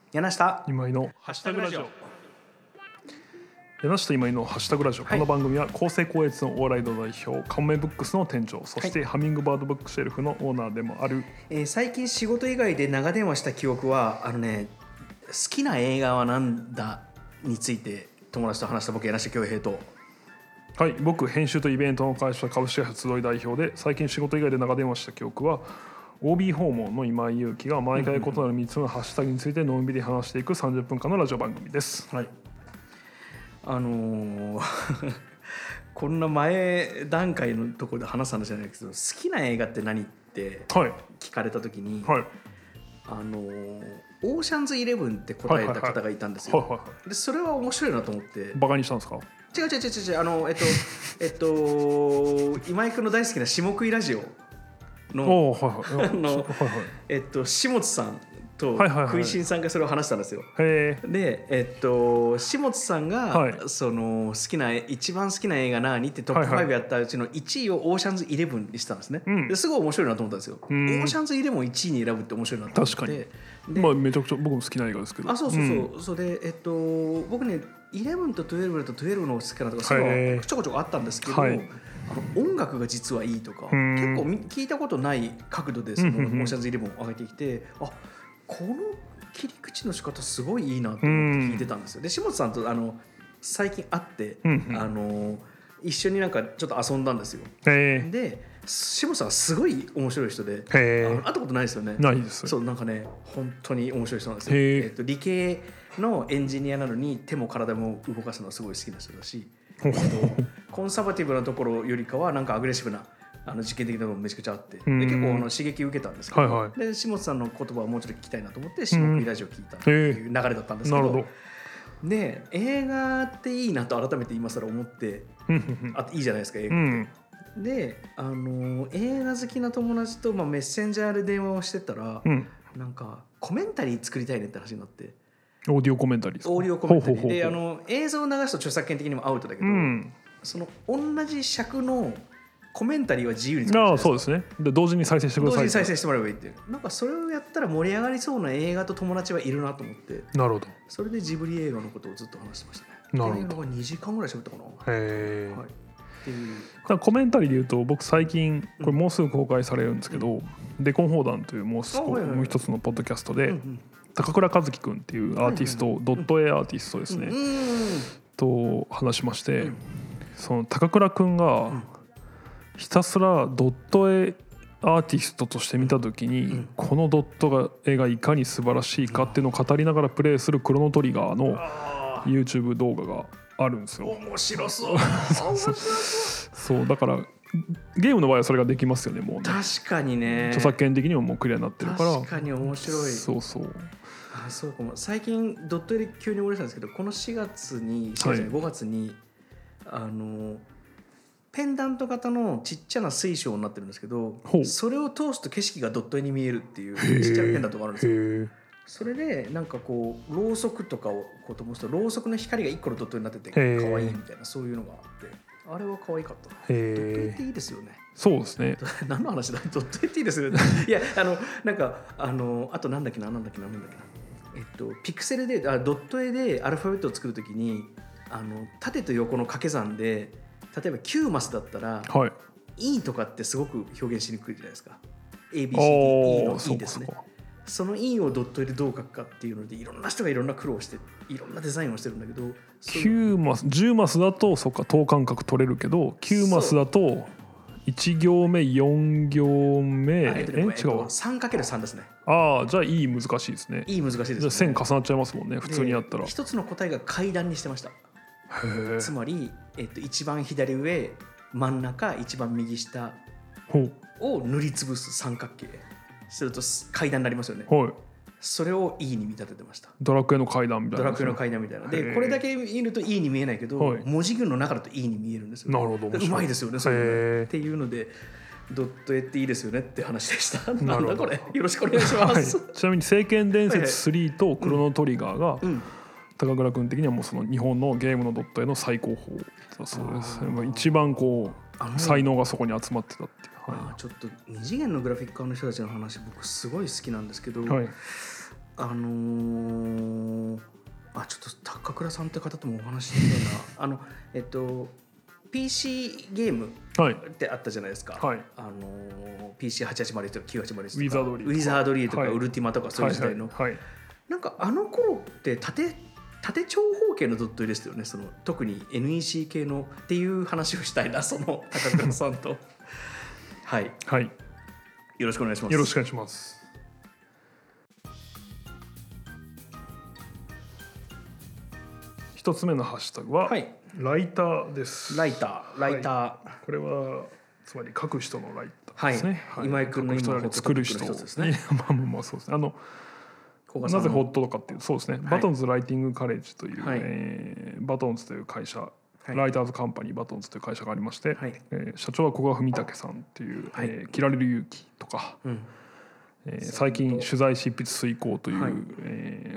柳下今井のハッシュタグラジオ。柳下今井のハッシュタグラジオ、この番組は公正高越のオーライド代表カモメブックスの店長、そしてハミングバードブックシェルフのオーナーでもある、 最近仕事以外で長電話した記憶は好きな映画はなんだについて友達と話した僕柳下恭平と、 はい、僕編集とイベントの会社株式会社集い代表で、最近仕事以外で長電話した記憶は OB 訪問の今井祐希が毎回異なる3つのハッシュタグについてのんびり話していく30分間のラジオ番組です。 はい、こんな前段階のところで話す話じゃないけど、好きな映画って何って聞かれた時に、 はい、 オーシャンズイレブンって答えた方がいたんですよ。でそれは面白いなと思って。 バカにしたんですか？ 違う今井君の大好きな下食いラジオの下津さんと食いしんさんがそれを話したんですよ。で、下津さんが、その一番好きな映画何ってトップ5やったうちの1位をオーシャンズイレブンにしたんですね。ですごい面白いなと思ったんですよ。オーシャンズイレブンを1位に選ぶって面白いなと思って。 確かに。まあめちゃくちゃ僕も好きな映画ですけど。 それで僕ね11と12だと12の好きなとかそういうのちょこちょこあったんですけど、音楽が実はいいとか結構聞いたことない角度でそのオーシャンズイレブンを上げてきて、この切り口の仕方すごいいいなと思って聞いてたんですよ。で下津さんと最近会って、一緒になんかちょっと遊んだんですよ。で下津さんはすごい面白い人で、会ったことないですよね。 ないです。 そうなんかね本当に面白い人なんですよ。理系のエンジニアなのに手も体も動かすのはすごい好きな人だしコンサバティブなところよりかはなんかアグレッシブな実験的なのもめちゃくちゃあって、で結構刺激受けたんですけど、で下津さんの言葉をもうちょっと聞きたいなと思って下食いラジオ聞いたっていう流れだったんですけど、で映画っていいなと改めて今更思っていいじゃないですか映画って。で映画好きな友達と、メッセンジャーで電話をしてたら、なんかコメンタリー作りたいねって話になって。 オーディオコメンタリーですか？ オーディオコメンタリーで映像を流すと著作権的にもアウトだけど、その同じ尺のコメンタリーは自由に作るじゃないですか。そうですね。 で同時に再生してください。 同時に再生してもらえばいいっていう、なんかそれをやったら盛り上がりそうな映画と友達はいるなと思って。なるほど。それでジブリ映画のことをずっと話してましたね。なるほど。2時間ぐらい喋ったかな。へえ。 コメンタリーで言うと僕最近これもうすぐ公開されるんですけど、デコン砲弾というもう一つのポッドキャストで高倉和樹くんっていうアーティスト、ドット絵アーティストですね、と話しまして、その高倉くんがひたすらドット絵アーティストとして見た時に、このドット絵がいかに素晴らしいかっていうのを語りながらプレイするクロノトリガーの YouTube 動画があるんですよ。 面白そうそうだからゲームの場合はそれができますよね。もうね、 確かにね、 著作権的にももうクリアになってるから。 確かに面白い。そうかも。最近ドット絵で急に思い出したんですけど、この5月にペンダント型のちっちゃな水晶になってるんですけど、それを通すと景色がドット絵に見えるっていうちっちゃなペンダントがあるんですよ。それでなんかこうろうそくとかをこう灯すとろうそくの光が1個のドットになってて可愛いみたいな、そういうのがあって、あれは可愛かった。ドット絵っていいですよね。 そうですね。 何の話だ？ドット絵っていいですよね。いやなんかあとなんだっけなピクセルでドット絵でアルファベットを作るときに縦と横の掛け算で、例えば9マスだったら、E とかってすごく表現しにくいじゃないですか。ABCDE の E ですね。その E をドット絵でどう書くかっていうのでいろんな人がいろんな苦労していろんなデザインをしてるんだけど、 9マス10マスだとそっか等間隔取れるけど、9マスだと1行目4行目違う 3×3 ですね。 じゃあ E 難しいですね。 E 難しいですね。 じゃあ線重なっちゃいますもんね普通にやったら。 一つの答えが階段にしてました。つまり、一番左上真ん中一番右下を塗りつぶす三角形すると階段になりますよね。それを E に見立ててました。 ドラクエの階段みたいな。 でこれだけ見ると E に見えないけど、文字群の中だと E に見えるんですよ。なるほど。うまいですよねそれっていうので、ドット絵っていいですよねって話でした。なんだこれ、よろしくお願いします。 ちなみに聖剣伝説3とクロノトリガーが、高倉君的にはもうその日本のゲームのドット絵の最高峰だそうです。一番こう才能がそこに集まってたっていう。 ちょっと2次元のグラフィックの人たちの話僕すごい好きなんですけど、 ちょっと高倉さんって方ともお話ししてたなPC ゲームってあったじゃないですか、はい、PC880 とか980とかウィザードリーとか、はい、ウルティマとかそういう時代の、はいはいはい、なんかあの頃って縦長方形のドット絵ですよね。その特に NEC 系のっていう話をしたいな、その高倉さんとはい、はい、よろしくお願いします。 よろしくお願いします。一つ目のハッシュタグは、はい、ライターです。 ライター、はい、 これはつまり書く人のライターですね、 はい、今井君の今作る人ですね。まあそうですね。なぜホットかっていう、そうですね、はい、バトンズライティングカレッジという、はい、バトンズという会社、はい、ライターズカンパニーバトンズという会社がありまして、はい、社長は古賀文武さんっていう、はい、切られる勇気とか、うん、最近取材執筆遂行という、はい、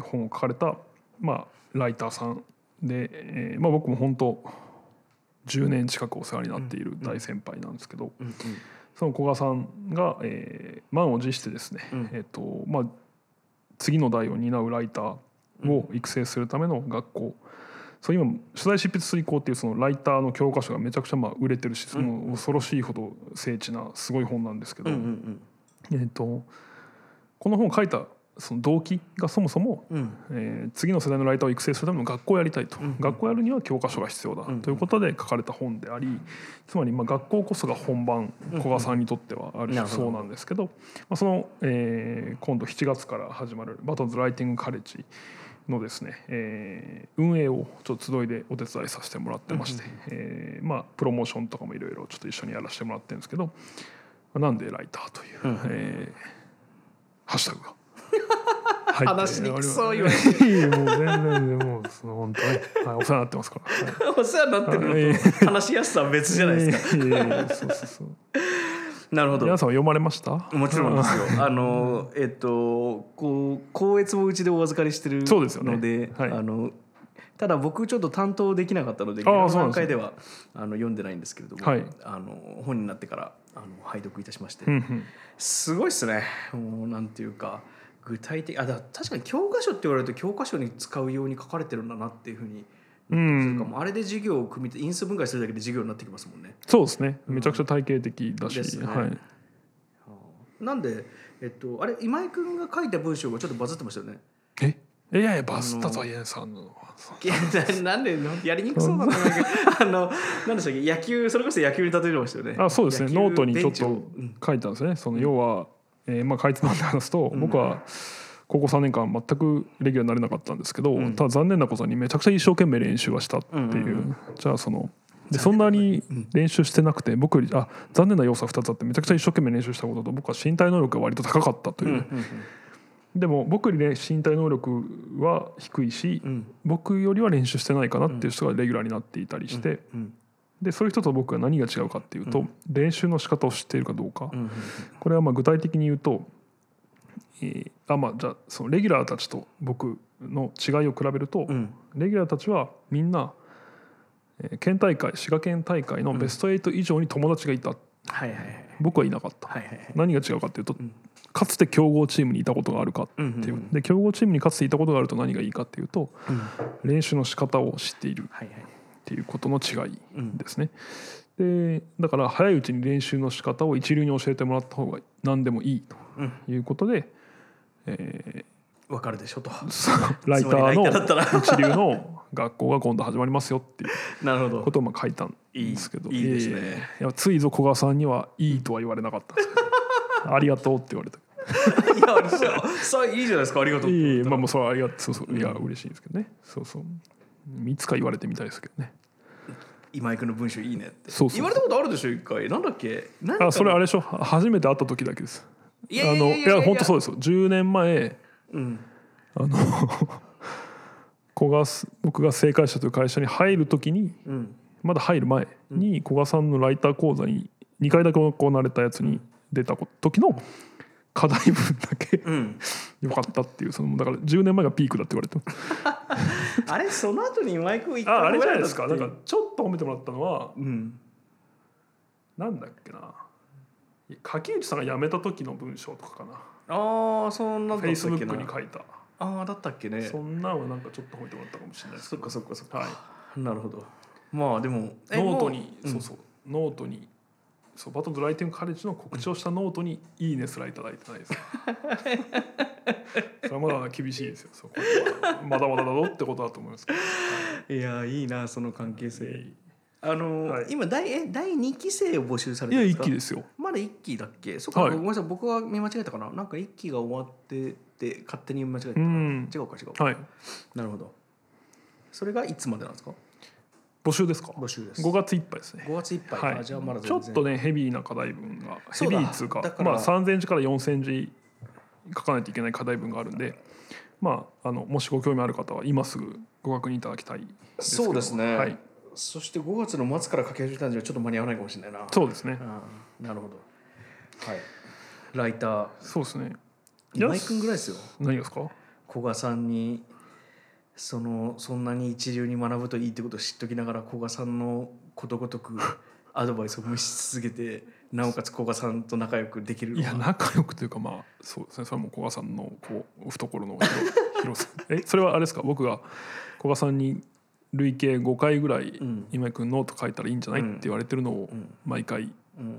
本を書かれた、まあ、ライターさんで、まあ、僕も本当10年近くお世話になっている大先輩なんですけど、うんうん、その古賀さんが、満を持してですね、まあ、次の代を担うライターを育成するための学校、そう今取材執筆遂行っていうそのライターの教科書がめちゃくちゃまあ売れてるし、その恐ろしいほど精緻なすごい本なんですけど、この本を書いたその動機がそもそも、次の世代のライターを育成するための学校をやりたいと、学校をやるには教科書が必要だということで書かれた本であり、つまりまあ学校こそが本番、古賀さんにとってはある種そうなんですけど、その、今度7月から始まるバトンズライティングカレッジのですね、運営をちょっと集いでお手伝いさせてもらってまして、まあプロモーションとかもいろいろちょっと一緒にやらせてもらってるんですけど、なんでライターという、ハッシュタグが話にくそう言われてもう全然もうその本当ね、はい、お世話になってますから、 はい、お世話になってるのと話しやすさは別じゃないですか。そうなるほど。 皆さんは読まれました？ もちろんですよ。校閲もうちでお預かりしてるの で、はい、ただ僕ちょっと担当できなかったので段階では読んでないんですけれども、はい、本になってから拝読いたしまして、すごいっすね。もうなんていうか具体的、確かに教科書って言われると教科書に使うように書かれてるんだなっていうふうに、あれで授業を組み因数分解するだけで授業になってきますもんね。 そうですね、めちゃくちゃ体系的だし、ですね、はい、 なんで、あれ今井君が書いた文章がちょっとバズってましたよね。 いやいやバズったとは言えんさんのなんでやりにくそうなんだなんでしたっけ、野球、それこそ野球に例えてましたよね。 そうですね、ノートにちょっと書いたんですね。その要は、まあかいつまんで話すと、僕は高校3年間全くレギュラーになれなかったんですけど、ただ残念なことにめちゃくちゃ一生懸命練習はしたっていう、じゃあそんなに練習してなくて、僕より残念な要素が2つあって、めちゃくちゃ一生懸命練習したことと、僕は身体能力が割と高かったという、でも僕より身体能力は低いし、僕よりは練習してないかなっていう人がレギュラーになっていたりして、でそういう人と僕は何が違うかっていうと、練習の仕方を知っているかどうか、これはまあ具体的に言うと、じゃあそのレギュラーたちと僕の違いを比べると、レギュラーたちはみんな県大会、滋賀県大会のベスト8以上に友達がいた、僕はいなかった、何が違うかっていうと、かつて強豪チームにいたことがあるかっていう、で強豪チームにかつていたことがあると何がいいかっていうと、練習の仕方を知っているっていうことの違いですね。でだから早いうちに練習の仕方を一流に教えてもらった方が何でもいいということで、 分かるでしょとライターの一流の学校が今度始まりますよっていうことを書いたんですけど、 いいですね。 ついぞ古賀さんにはいいとは言われなかったんですけどありがとうって言われた。 いやいいじゃないですか、ありがとうって。 まあそれはありがとう、そういや嬉しいんですけどね。いつか言われてみたいですけどね。 今井君の文章いいねって言われたことあるでしょ、一回。なんだっけ、 それあれでしょ、初めて会った時だけです。いや本当そうですよ。10年前、僕が正解者という会社に入る時に、まだ入る前に古賀さんのライター講座に2回だけ行われたやつに出た時の課題文だけ、よかったっていう、だから10年前がピークだって言われてあれその後に今井君言ったあれじゃないですか。なんかちょっと褒めてもらったのは、なんだっけな、柿内さんが辞めた時の文章とかかな。 そんなフェイスブックに書いた。 ああだったっけね。 そんなんはなんかちょっと褒めてもらったかもしれないですけど。 そっか、 はい、 なるほど。まあでもノートに、ノートにバトンズライティングカレッジの告知をしたノートにいいねすらいただいてないですそれはまだ厳しいですよ。そこはまだまだだぞってことだと思いますけど。 いやいいなその関係性。 はい、 今第2期生を募集されてるんですか？ いや1期ですよ。 まだ1期だっけ？そっか、ごめんなさい、僕は見間違えたかな。なんか1期が終わってて勝手に見間違えたかな。違うか、 はい、 なるほど。それがいつまでなんですか？ 募集ですか？ 募集です。 5月いっぱいですね。 5月いっぱい、 はい、 じゃあまだちょっとねヘビーな課題文がヘビーっつうかまあ3000字から4000字書かないといけない課題文があるんで、まあ、もしご興味ある方は今すぐご確認いただきたいですけど。 そうですね、 はい、 そして5月の末から書き始めたんじゃちょっと間に合わないかもしれないな。 そうですね、 なるほど。はい、ライターそうですね。 今井君ぐらいですよ。 何ですか？ 古賀さんにそんなに一流に学ぶといいってことを知っときながら古賀さんのことごとくアドバイスを無視し続けてなおかつ古賀さんと仲良くできるのは。 いや仲良くというかまあそうですね、それはもう古賀さんのこう懐の広さそれはあれですか？僕が古賀さんに累計5回ぐらい今井君ノート書いたらいいんじゃないって言われてるのを毎回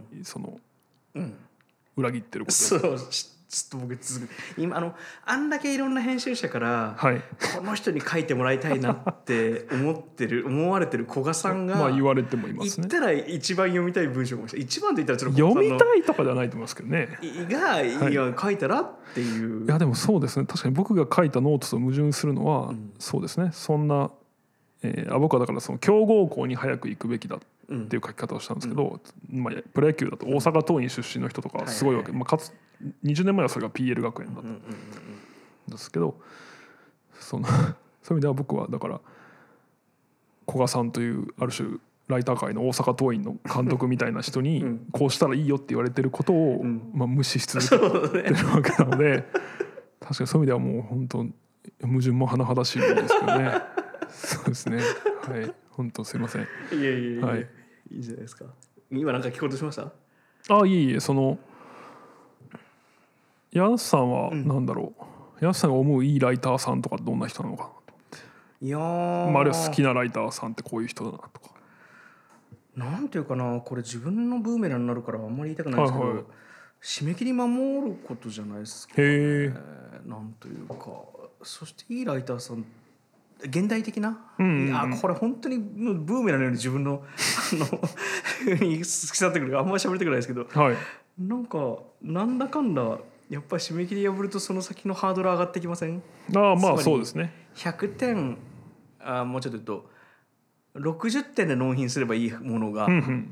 裏切ってることです。 そうちょっと僕今あんだけいろんな編集者から、はい、この人に書いてもらいたいなって思われてる古賀さんがまあ言われてもいますね。 言ったら一番読みたい文章かもしれない。一番と言ったら読みたいとかじゃないと思いますけどね。 いや書いたらっていう。 いやでもそうですね、確かに僕が書いたノートと矛盾するのは、そうですね、そんな、僕はだからその強豪校に早く行くべきだっていう書き方をしたんですけど、まあ、プロ野球だと大阪桐蔭出身の人とかすごいわけ、まあ、かつ20年前はそれが PL 学園だったんですけど、そういう意味では僕はだから古賀さんというある種ライター界の大阪桐蔭の監督みたいな人にこうしたらいいよって言われてることを、まあ、無視し続けてるわけなので、確かにそういう意味ではもう本当矛盾も甚だしいんですけどね。そうですね、はい、本当すいません。 いや、はい、いいじゃないですか。今なんか聞こうとしました？ いえヤスさんはなんだろう、ヤスさんが思ういいライターさんとかどんな人なのかなと思って。いやー、あるいは好きなライターさんってこういう人だなとか。 なんていうかな、これ自分のブーメランになるからあんまり言いたくないんですけど、締め切り守ることじゃないですか、ね。なんというか、そしていいライターさん現代的な、これ本当にブーメランのように自分の好きになってくるからあんまり喋りたくないですけど、なんかなんだかんだやっぱり締め切り破るとその先のハードル上がってきません？ まあそうですね。 100点もうちょっと言うと60点で納品すればいいものが、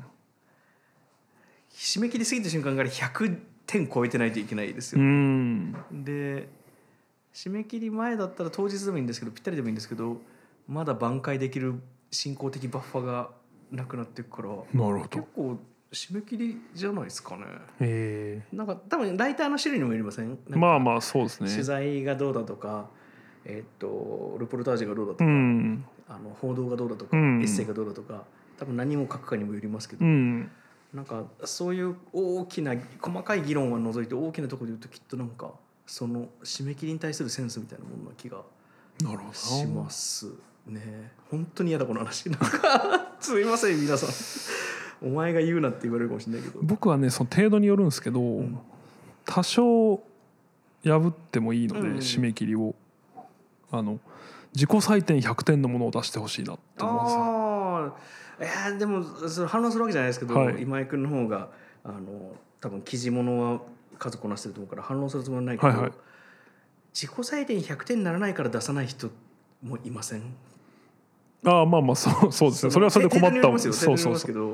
締め切り過ぎた瞬間から100点超えてないといけないですよ。で締め切り前だったら当日でもいいんですけどぴったりでもいいんですけどまだ挽回できる進行的バッファがなくなっていくから、 なるほど、 結構締め切りじゃないですかね。なんか多分ライターの種類にもよりません？ まあまあそうですね。 取材がどうだとか、ルポルタージュがどうだとか、報道がどうだとか、エッセイがどうだとか多分何を書くかにもよりますけど、なんかそういう大きな細かい議論は除いて大きなところで言うときっとなんかその締め切りに対するセンスみたいなものな気がしますね。本当に嫌だこの話。なんかすいません皆さん、お前が言うなって言われるかもしれないけど、 僕はねその程度によるんですけど、多少破ってもいいので、締め切りを自己採点100点のものを出してほしいなって思うんですよ。 でもそれ反応するわけじゃないですけど、今井君の方が多分記事物は数こなしてると思うから反論するつもりないけど、自己採点100点にならないから出さない人もいません？ まあそうですね。それはそれで困った。 そういう意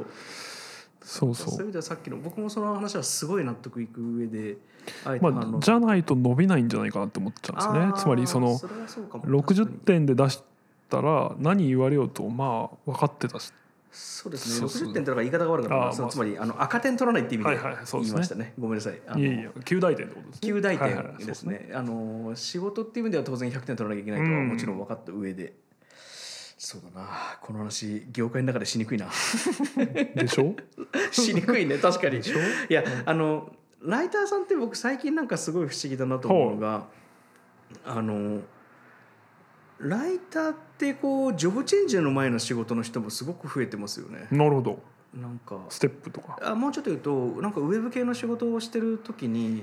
味ではさっきの僕もその話はすごい納得いく上で、 じゃないと伸びないんじゃないかなって思っちゃうんですね。つまりその60点で出したら何言われようとまあ分かってたし。 そうですね。60点とか言い方が悪かった。つまり赤点取らないって意味で言いましたね。ごめんなさい。 9大点ってことですね。 9大点ですね。仕事っていう意味では当然100点取らなきゃいけないとはもちろん分かった上で、そうだな、この話業界の中でしにくいな。 でしょ？ しにくいね、確かに。いやライターさんって僕最近なんかすごい不思議だなと思うのが、 ライターってこうジョブチェンジの前の仕事の人もすごく増えてますよね。 なるほど。 なんかステップとかもうちょっと言うとなんかウェブ系の仕事をしてる時に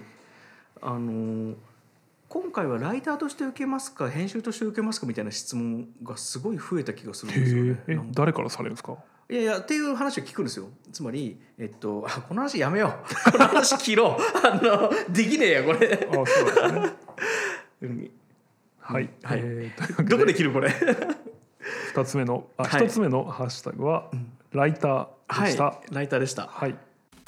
今回はライターとして受けますか編集として受けますかみたいな質問がすごい増えた気がするんですよね。 誰からされるんですか？ いやっていう話を聞くんですよ。つまり、この話やめようこの話切ろうできねえやこれ。 そうですねはい、 はい、どこで切るこれ 2つ目の1つ目のハッシュタグはライターでした。 はい、ライターでした。 はい。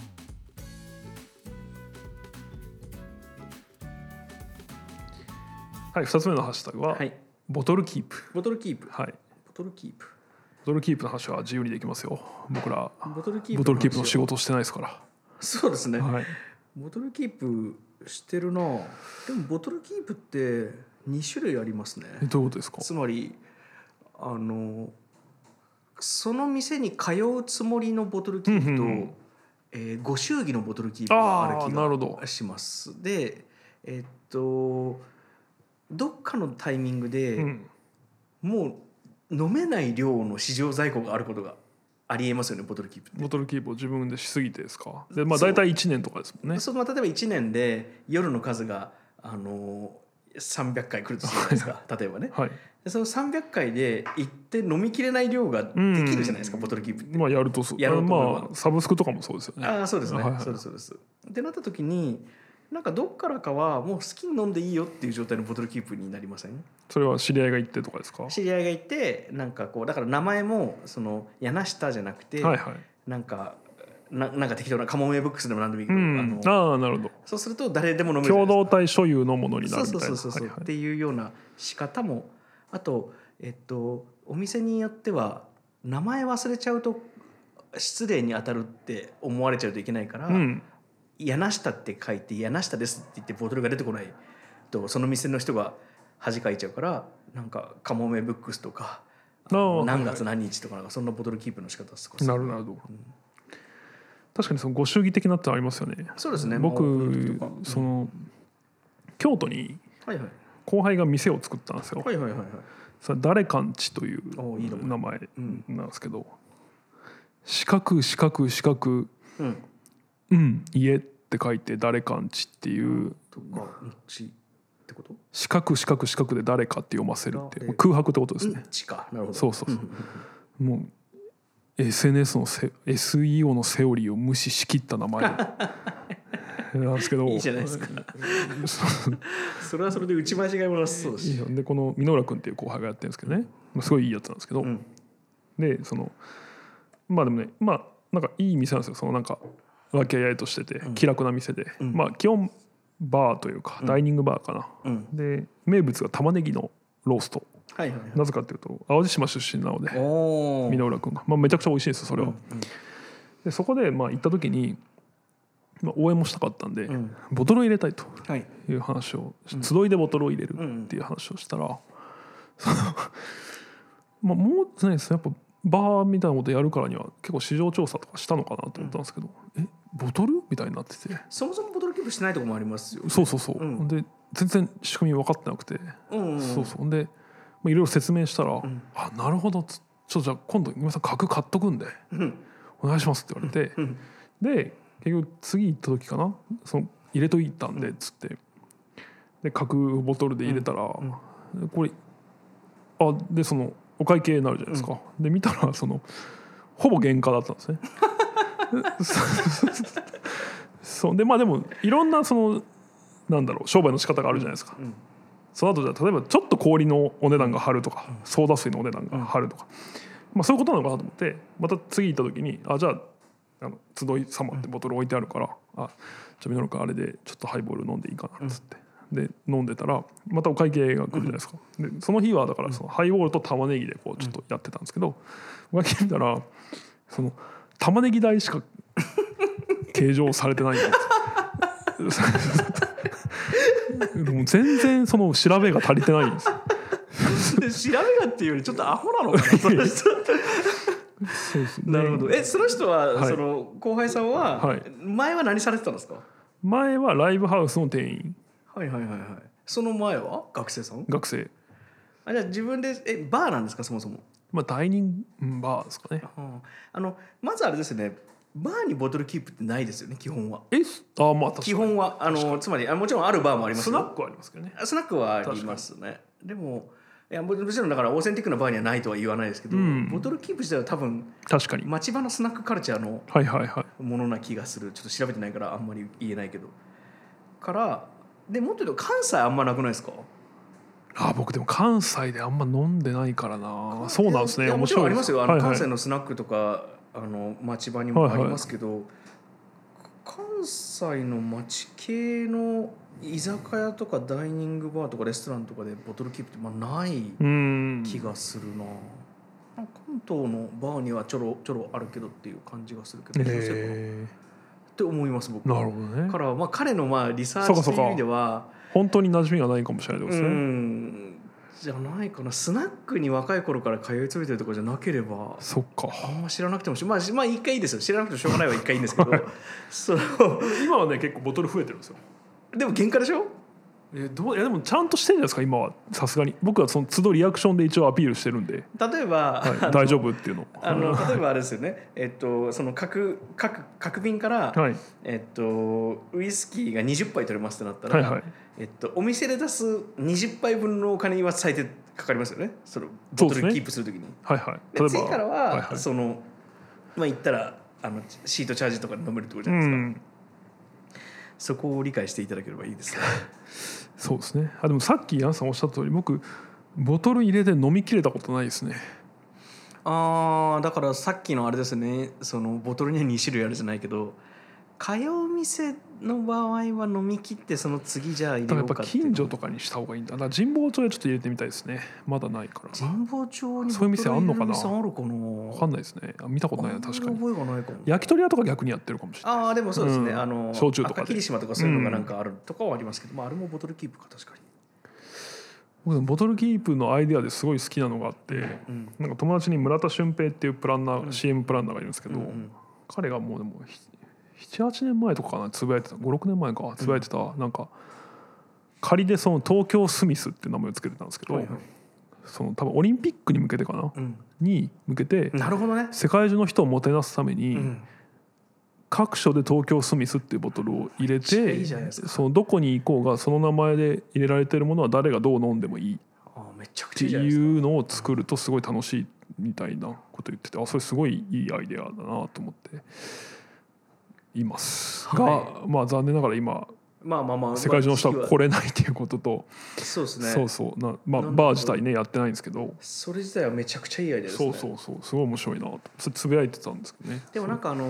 はい、2つ目のハッシュタグは、はい、ボトルキープ。 ボトルキープ。 はい。 ボトルキープ。 ボトルキープの話は自由にできますよ。僕らボトルキープの仕事してないですから。 そうですね。 はい、 ボトルキープしてるな。でもボトルキープって2種類ありますね。 どういうことですか？ つまりその店に通うつもりのボトルキープと、ご祝儀のボトルキープがある気がします。で、どっかのタイミングで、もう飲めない量の市場在庫があることがありえますよねボトルキープって。 ボトルキープを自分でしすぎてですか？で、まあ大体1年とかですもんね。 例えば1年で夜の数が300回来るとするじゃないですか例えばね、 はい、 でその300回で行って飲みきれない量ができるじゃないですかボトルキープって。 まあやるとまあサブスクとかもそうですよね。 そうですね、そうですそうです。ってなった時になんかどっからかはもう好きに飲んでいいよっていう状態のボトルキープになりません？ それは知り合いが行ってとかですか？ 知り合いがいてなんかこうだから名前もその柳下じゃなくて、なんか適当なカモメブックスでも何でもいいけど、 なるほど。 そうすると誰でも飲めるじゃないですか。 共同体所有のものになるみたいな。 そうっていうような仕方もあと、お店によっては名前忘れちゃうと失礼に当たるって思われちゃうといけないから、柳下って書いて柳下ですって言ってボトルが出てこないとその店の人が恥かいちゃうからなんかカモメブックスとか何月何日とかなんかそんなボトルキープの仕方ですか？ なるほど。確かにそのご祝儀的なってありますよね。 そうですね。 僕その京都に後輩が店を作ったんですよ。それ誰かんちという名前なんですけど、四角家って書いて誰かんちっていう四角で誰かって読ませるって空白ってことですね。そうもうSNS のSEO のセオリーを無視しきった名前なんですけどいいじゃないですかそれはそれで打ち間違いもなさそうだし。 でこの箕浦君っていう後輩がやってるんですけどね、すごいいいやつなんですけど、でそのまあでもねなんかいい店なんですよ。そのなんか和気あいあいとしてて気楽な店で、基本バーというかダイニングバーかな、で名物が玉ねぎのロースト。なぜかというと淡路島出身なので箕浦君が、めちゃくちゃ美味しいんですよそれは。でそこで行った時に、応援もしたかったんで、ボトルを入れたいという話を、集いでボトルを入れるっていう話をしたら、もうねやっぱバーみたいなことやるからには結構市場調査とかしたのかなと思ったんですけど、ボトルみたいになってて、 そもそもボトルキープしてないところもありますよね。 そう、で全然仕組み分かってなくて、でいろいろ説明したら、なるほど、ちょっとじゃあ今度今さん角買っとくんで、お願いしますって言われて、で結局次行った時かな、その入れといたんでっつって、で角ボトルで入れたら、これでそのお会計になるじゃないですか、で見たらそのほぼ原価だったんですねそうででもいろんなそのなんだろう商売の仕方があるじゃないですか、その後じゃ例えばちょっと氷のお値段が張るとか、ソーダ水のお値段が張るとか、そういうことなのかなと思って、また次行った時にじゃあ集い様ってボトル置いてあるから、じゃあみのるくんあれでちょっとハイボール飲んでいいかなっつって、で飲んでたらまたお会計が来るじゃないですか、でその日はだからそのハイボールと玉ねぎでこうちょっとやってたんですけど、お会計見たらその玉ねぎ代しか計上されてないんですもう全然その調べが足りてないんです調べがっていうよりちょっとアホなのかなその人なるほど。その人は、その後輩さんは、前は何されてたんですか？ 前はライブハウスの店員その前は学生さん？ 学生。 じゃあ自分でバーなんですかそもそも？ まあダイニングバーですかね。 まずあれですね、バーにボトルキープってないですよね基本は。 まあ確かに基本はつまりもちろんあるバーもありますよ。 スナックはありますけどね。 スナックはありますね。でもいやもちろんだからオーセンティックなバーにはないとは言わないですけど、ボトルキープ自体は多分確かに町場のスナックカルチャーのはいはいはいものな気がする。ちょっと調べてないからあんまり言えないけど。からでもっと言うと関西あんまなくないですか？ 僕でも関西であんま飲んでないからな。そうなんですね。面もちろん白いありますよ。 はいはい、 関西のスナックとか町場にもありますけど、はいはい、関西の町系の居酒屋とかダイニングバーとかレストランとかでボトルキープってない気がするな。関東のバーにはちょろちょろあるけどっていう感じがするけど、って思います僕は。 なるほどね。 から彼のリサーチという意味では本当に馴染みがないかもしれないですね。 じゃないかな。スナックに若い頃から通い詰めてるとかじゃなければ、 そっか、 あんま知らなくてもまあ一回いいですよ。知らなくてもしょうがないは一回いいんですけど今はね結構ボトル増えてるんですよ。 でも原価でしょ？ いやでもちゃんとしてるんじゃないですか今は。さすがに僕はその都度リアクションで一応アピールしてるんで、 例えば、 大丈夫っていうの例えばあれですよね、その各便から、 はい、 ウイスキーが20杯取れますってなったら、はいはい、お店で出す20杯分のお金は最低かかりますよね。そのボトルキープするときに、はいはい、例えば次からは、はいはい、言ったらシートチャージとかで飲めるってことじゃないですか。そこを理解していただければいいですね。 そうですね。でもさっきヤンさんおっしゃった通り、僕ボトル入れて飲みきれたことないですね。 だからさっきのあれですね、そのボトルには2種類あるじゃないけど、通う店の場合は飲み切ってその次じゃあ入れようかって。 やっぱ近所とかにした方がいいんだ。神保町でちょっと入れてみたいですね。まだないから。 神保町にそういう店あんのかな。 あるかな。 分かんないですね。見たことないな確かに。 覚えがないかも。 焼き鳥屋とか逆にやってるかもしれない。 でもそうですね。 焼酎とか赤霧島とかそういうのがなんかあるとかはありますけど、あれもボトルキープか確かに。 僕ボトルキープのアイデアですごい好きなのがあって、なんか友達に村田俊平っていうプランナー、CM プランナーがいるんですけど、彼がもうでも7,8年前とかかなつぶやいてた、5,6年前かつぶやいてた、なんか仮でその東京スミスって名前をつけてたんですけど、その多分オリンピックに向けてかな、に向けてなるほどね、 世界中の人をもてなすために、各所で東京スミスっていうボトルを入れて、そのどこに行こうがその名前で入れられてるものは誰がどう飲んでもいいっていうのを作るとすごい楽しいみたいなこと言ってて、それすごいいいアイデアだなと思っていますが、残念ながら今世界中の人は来れないっていうことと、 そうですね、 バー自体ねやってないんですけど、 それ自体はめちゃくちゃいいアイデアですね。 そうすごい面白いなとつぶやいてたんですけどね。 でもなんか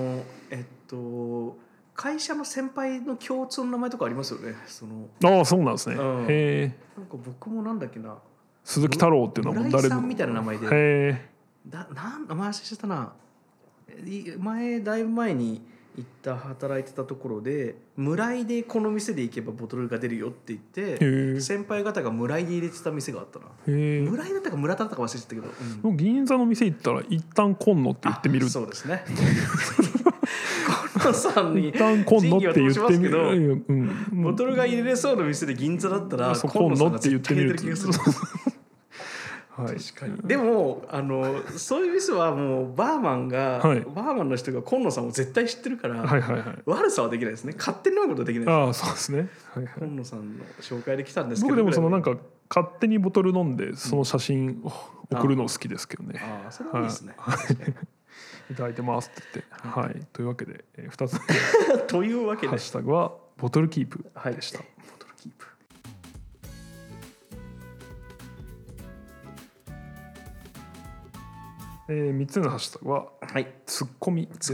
会社の先輩の共通の名前とかありますよね。 そうなんですね。へえ。 なんか僕もなんだっけな、 鈴木太郎っていうのは誰さんみたいな名前で、 名前忘れちゃったな。だいぶ前に働いてたところで、村井でこの店で行けばボトルが出るよって言って先輩方が村井で入れてた店があったな。村井だったか村田だったか忘れちゃったけど、 銀座の店行ったら一旦今野って言ってみる。 そうですね。今野さんに一旦今野って言ってみる。 ボトルが入れれそうな店で銀座だったら今野って言ってみる。 確かに。でもそういう店はもうバーマンの人が今野さんを絶対知ってるから、悪さはできないですね。勝手に飲むことはできないです。 そうですね。 今野さんの紹介で来たんですけど、 僕でもなんか勝手にボトル飲んでその写真を送るの好きですけどね。 それはいいですね。 いただいてますって言って、というわけで2つというわけでハッシュタグはボトルキープでした。 ボトルキープ。 3つのハッシュタグは、ツッコミです。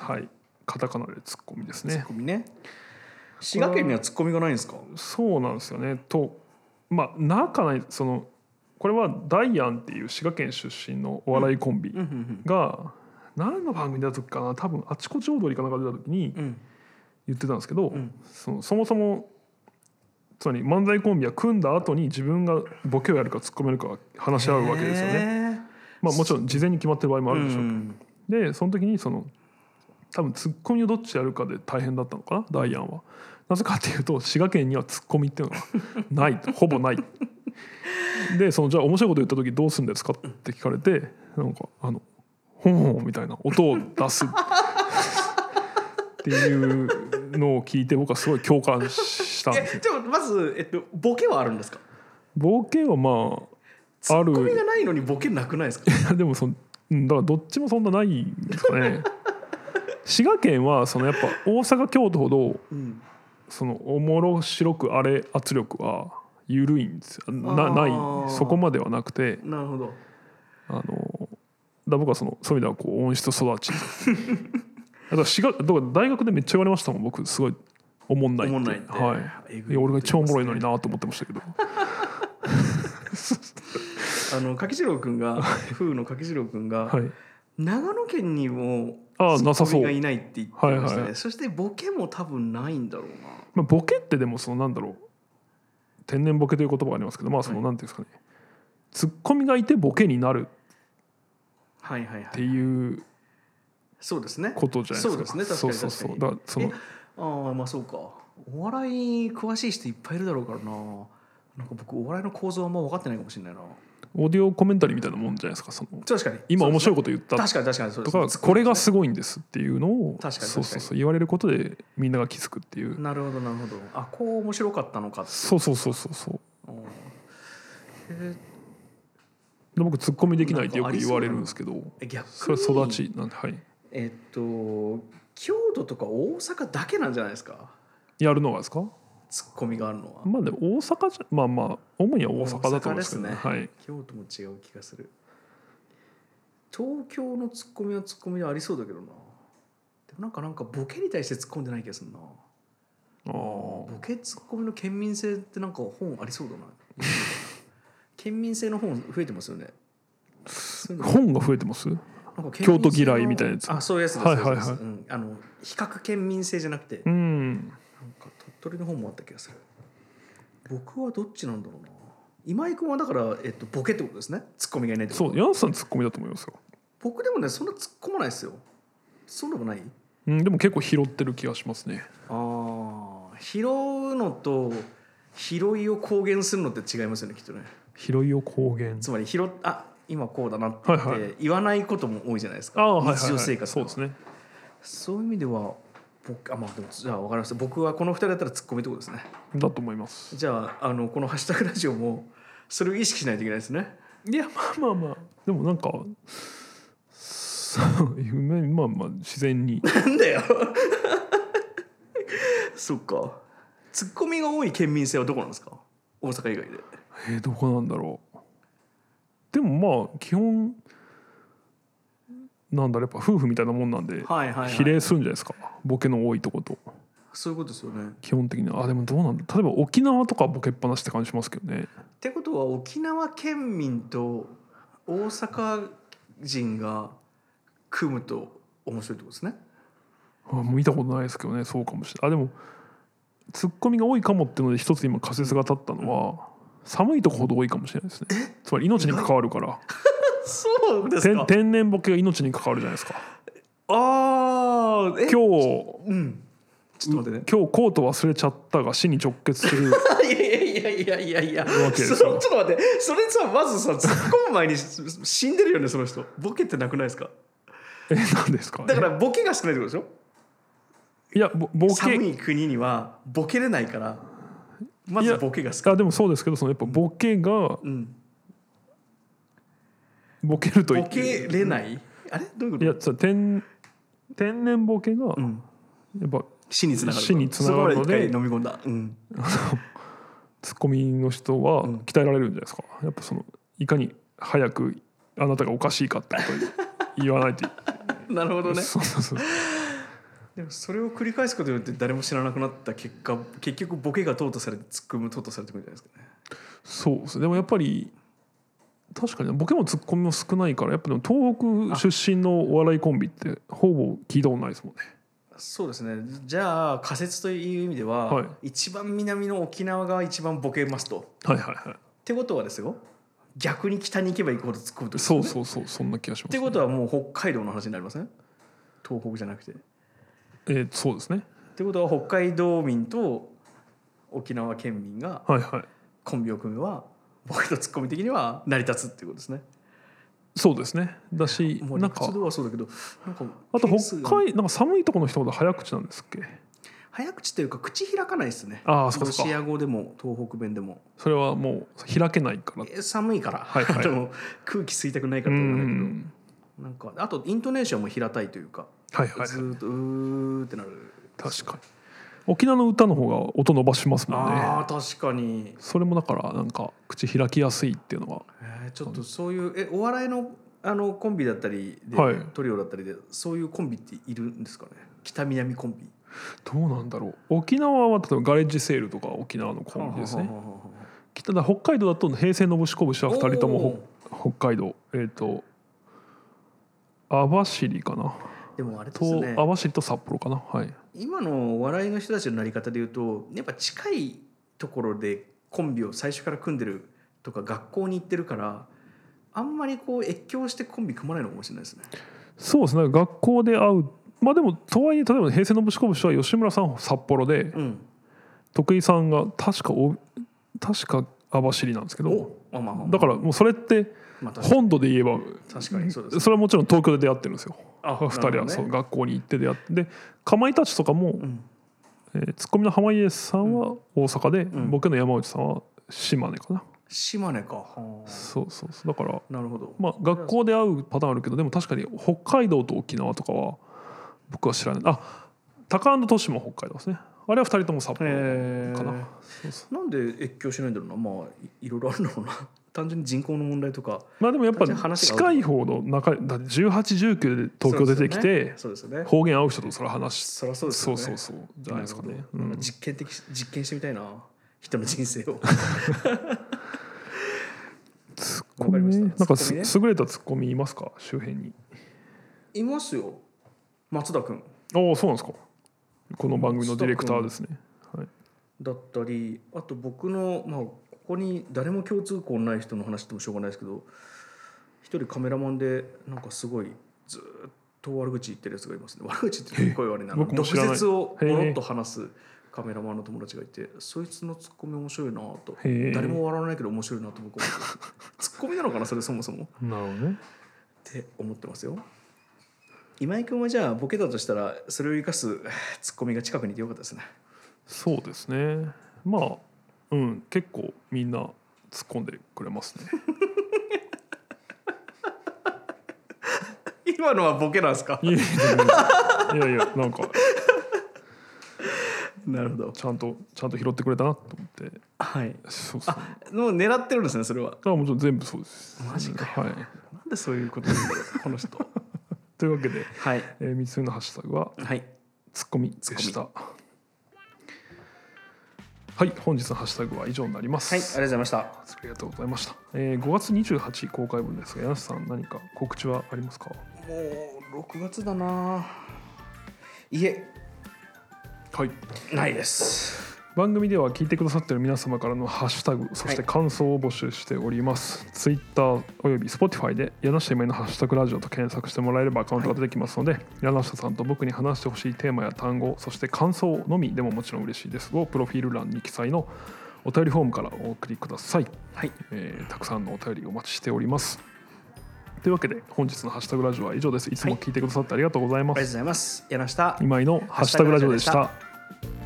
カタカナでツッコミですね。 ツッコミね。滋賀県にはツッコミがないんですか？ そうなんですよね。中ないこれはダイアンっていう滋賀県出身のお笑いコンビが何の番組出た時かな、多分あちこち踊りかなんか出た時に言ってたんですけど、そもそもつまり漫才コンビは組んだ後に自分がボケをやるかツッコめるか話し合うわけですよね。もちろん事前に決まってる場合もあるでしょうけど、でその時に多分ツッコミをどっちやるかで大変だったのかなダイアンは。なぜかっていうと滋賀県にはツッコミっていうのがないほぼない。でじゃあ面白いこと言った時どうするんですかって聞かれてなんかホンホンみたいな音を出すっていうのを聞いて僕はすごい共感したんですよ。 じゃあまず、ボケはあるんですか？ ボケはまツあある。 ッコミがないのにボケなくないですか？ でもだからどっちもそんなないんですかね。滋賀県はやっぱ大阪京都ほど、 うんおもろ白くあれ圧力は緩いんですよ。ないそこまではなくて、 なるほど。 僕はそういう意味では温室育ちだから大学でめっちゃ言われましたもん。僕すごいおもんないって。 おもんないってはい、いや俺が一番おもろいのになと思ってましたけど柿次郎君が風の柿次郎君が、 はい、 長野県にもツなさそうッコミがいないって言ってましたね。 はいはい、 そしてボケも多分ないんだろうな。 まあ、ボケってでもなんだろう天然ボケという言葉がありますけど、まあなんていうんですかね、ツッコミがいてボケになるっていうそうですね。 ことじゃないですか。 そうですね。確かにそうだからまあそうか。お笑いに詳しい人いっぱいいるだろうからな。なんか僕お笑いの構造はあんま分かってないかもしれないな。 オーディオコメンタリーみたいなもんじゃないですか。 確かに今面白いこと言った確かにそうとかこれがすごいんですっていうのをそう言われることでみんなが気づくっていう。 なるほど。あ、こう面白かったのかって。 そうで僕ツッコミできないってよく言われるんですけど、それは育ちなんで。はい。 京都とか大阪だけなんじゃないですか。 やるのがですか？ ツッコミがあるのは。 まあでも大阪じゃまあ主には大阪だと思うんですけどね。はい。 京都も違う気がする。東京のツッコミはツッコミでありそうだけどな。でもなんかボケに対して突っ込んでない気がするな。ボケツッコミの県民性ってなんか本ありそうだな。県民性の本増えてますよね。 本が増えてます？京都嫌いみたいなやつ。 あ、そういうやつです。 はい。 比較県民性じゃなくて、なんか鳥取の本もあった気がする。僕はどっちなんだろうな。今井君はだから、ボケってことですね。ツッコミがいないってこと。 そう、柳瀬さんツッコミだと思いますよ。 僕でもね、そんな突っ込まないですよ。そうでもない？ でも結構拾ってる気がしますね。 拾うのと拾いを公言するのって違いますよね、きっとね。 拾いを公言、 つまり今こうだなって言って言わないことも多いじゃないですか。日常生活。 そうですね。 そういう意味ではでもじゃあ分かりました。僕はこの2人だったらツッコミってことですね。 だと思います。 じゃあこのハッシュタグラジオもそれを意識しないといけないですね。 いやまあでもなんか自然になんだよそっか。ツッコミが多い県民性はどこなんですか？大阪以外で。 どこなんだろう。でも基本やっぱ夫婦みたいなもんなんで、比例するんじゃないですか。ボケの多いとこと。 そういうことですよね。 基本的には。でもどうなんだ。例えば沖縄とかボケっぱなしって感じしますけどね。 ってことは沖縄県民と大阪人が組むと面白いってことですね。 もう見たことないですけどね。そうかもしれない。でもツッコミが多いかもっていうので一つ今仮説が立ったのは、寒いとこほど多いかもしれないですね。つまり命に関わるからそうですか。 天然ボケが命に関わるじゃないですか。 今日、 ちょっと待ってね。今日コート忘れちゃったが死に直結するいやちょっと待って。それさ、まずさ、突っ込む前に死んでるよね、その人。ボケってなくないですか？ 何ですか？ だからボケが少ないってことでしょ？ いやボケ、 寒い国にはボケれないからまずボケが少ない。 でもそうですけど、やっぱボケが、ボケるとボケれない？あれどういうこと？ いや天然ボケが、やっぱ死につながるので、飲み込んだ、 ツッコミの人は鍛えられるんじゃないですか。やっぱいかに早くあなたがおかしいかってことを言わないとなるほどね。 そうでもそれを繰り返すことによって誰も知らなくなった結果、結局ボケが淘汰されてツッコミも淘汰されてくるんじゃないですかね。 そうですね。でもやっぱり確かにボケもツッコミも少ないから、やっぱでも東北出身のお笑いコンビってほぼ聞いたことないですもんね。 そうですね。じゃあ仮説という意味では、一番南の沖縄が一番ボケますと。ってことはですよ、逆に北に行けば行くほど突っ込むと、ね、 そうそんな気がします、ね。 ってことはもう北海道の話になりません？東北じゃなくて。 そうですね。 ってことは北海道民と沖縄県民がはいはい。 コンビを組めば僕とツッコミ的には成り立つっていうことですね。 そうですね。だしもうなんか理屈ではそうだけどなんかあとなんか寒いところの人ほど早口なんですっけ。 早口というか口開かないですね。 ああそうですか。 ロシア語でも東北弁でもそれはもう開けないから。 寒いから、 はいはい、 空気吸いたくないからと思うんだけど、なんかあとイントネーションも平たいというか、 はいはいはい、 ずっとうーってなる。 確かに沖縄の歌の方が音伸ばしますもんね。 ああ確かに。 それもだからなんか口開きやすいっていうのが、 ちょっとそういうお笑いのコンビだったりで、 はい、 トリオだったりでそういうコンビっているんですかね。北南コンビどうなんだろう。沖縄は例えばガレッジセールとか沖縄のコンビですね。北海道だと平成のぶしこぶしは2人とも北海道網走かな。 でもあれですね、 網走と札幌かな、はい、 今のお笑いの人たちのなり方でいうとやっぱ近いところでコンビを最初から組んでるとか学校に行ってるからあんまりこう越境してコンビ組まないのかもしれないですね。 そうですね。学校で会う、まあでもとはいえ例えば平成のぶしこぶしは吉村さん札幌で、うん、徳井さんが確か網走なんですけど、だからもうそれって本土で言えば確かにそうです、 ね、それはもちろん東京で出会ってるんですよ。2人はね、 そう学校に行って出会ってでかまいたちとかも、うんツッコミの濱家さんは大阪で、うん、僕の山内さんは島根かな。 島根か。 そうだからなるほど、 まあ、学校で会うパターンあるけどでも確かに北海道と沖縄とかは僕は知らない。タカアンドトシも北海道ですね。あれは2人とも札幌かな。 なんで越境しないんだろうな。まあいろいろあるんだろうな。単純に人口の問題とか。 まあでもやっぱ近い方の中だって18、19で東京出てきて、ね、方言合う人とそれ話そりゃそうですよね。 そうじゃないですかね。 うん、実験してみたいな人の人生を。 ツッコミね。なんか優れたツッコミいますか周辺に。 いますよ。松田君。 そうなんですか。この番組のディレクターですね。はい、 だったりあと僕のここに誰も共通項ない人の話でもしょうがないですけど一人カメラマンでなんかすごいずっと悪口言ってるやつがいますね。悪口って声悪いな。毒舌をボロッと話すカメラマンの友達がいてそいつのツッコミ面白いなと誰も笑わないけど面白いなと僕は思ってツッコミなのかなそれそもそも。 なるほどね。 って思ってますよ。今井君はじゃあボケだとしたらそれを生かすツッコミが近くにいてよかったですね。 そうですね。まあ結構みんな突っ込んでくれますね。 今のはボケなんですか。いやなんかなるほどちゃんと拾ってくれたなと思って。 はい。そうもう狙ってるんですねそれは。 もちろん全部そうです。 マジかよ、はい、なんでそういうことなんだろうこの人。 というわけで、 はい、 3つ目のハッシュタグは、はい、ツッコミでした。はい、本日のハッシュタグは以上になります。 はい、ありがとうございました。 ありがとうございました。5月28日公開分ですが、柳瀬さん何か告知はありますか？ もう6月だな。いえ、はい、ないです。 番組では聞いてくださっている皆様からのハッシュタグそして感想を募集しております、はい、Twitter および Spotify で柳下今井のハッシュタグラジオと検索してもらえればアカウントが出てきますので、はい、柳下さんと僕に話してほしいテーマや単語そして感想のみでももちろん嬉しいですをプロフィール欄に記載のお便りフォームからお送りください、はいたくさんのお便りお待ちしております。というわけで本日のハッシュタグラジオは以上です。いつも聞いてくださってありがとうございます、 はい、ありがとうございます。柳下今井のハッシュタグラジオでした。